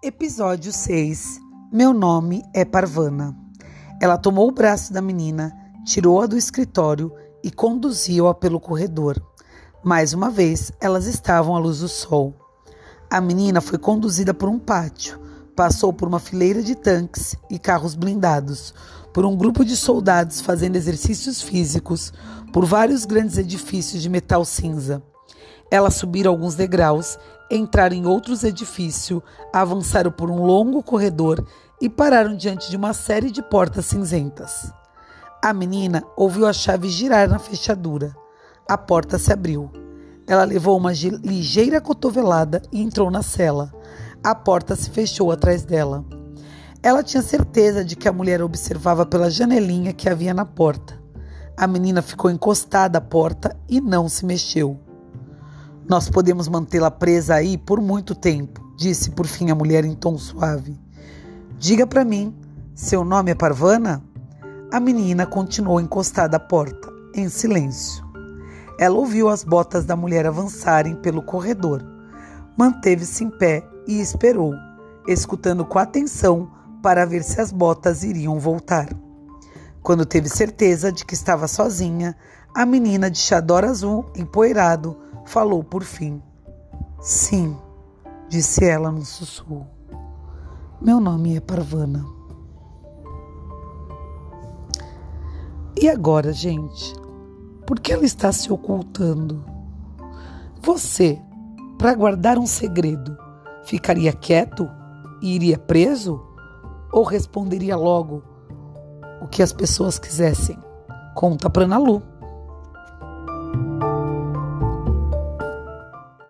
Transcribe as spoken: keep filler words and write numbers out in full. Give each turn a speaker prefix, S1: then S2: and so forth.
S1: Episódio seis. Meu nome é Parvana. Ela tomou o braço da menina, tirou-a do escritório e conduziu-a pelo corredor. Mais uma vez, elas estavam à luz do sol. A menina foi conduzida por um pátio, passou por uma fileira de tanques e carros blindados, por um grupo de soldados fazendo exercícios físicos, por vários grandes edifícios de metal cinza. Elas subiram alguns degraus, entraram em outros edifícios, avançaram por um longo corredor e pararam diante de uma série de portas cinzentas. A menina ouviu a chave girar na fechadura. A porta se abriu. Ela levou uma ligeira cotovelada e entrou na cela. A porta se fechou atrás dela. Ela tinha certeza de que a mulher observava pela janelinha que havia na porta. A menina ficou encostada à porta e não se mexeu. Nós podemos mantê-la presa aí por muito tempo, disse por fim a mulher em tom suave. Diga para mim, seu nome é Parvana? A menina continuou encostada à porta, em silêncio. Ela ouviu as botas da mulher avançarem pelo corredor. Manteve-se em pé e esperou, escutando com atenção para ver se as botas iriam voltar. Quando teve certeza de que estava sozinha, a menina de chador azul empoeirado falou por fim. Sim, disse ela num sussurro. Meu nome é Parvana. E agora, gente? Por que ela está se ocultando? Você, para guardar um segredo, ficaria quieto e iria preso? Ou responderia logo o que as pessoas quisessem? Conta pra Ana Lu.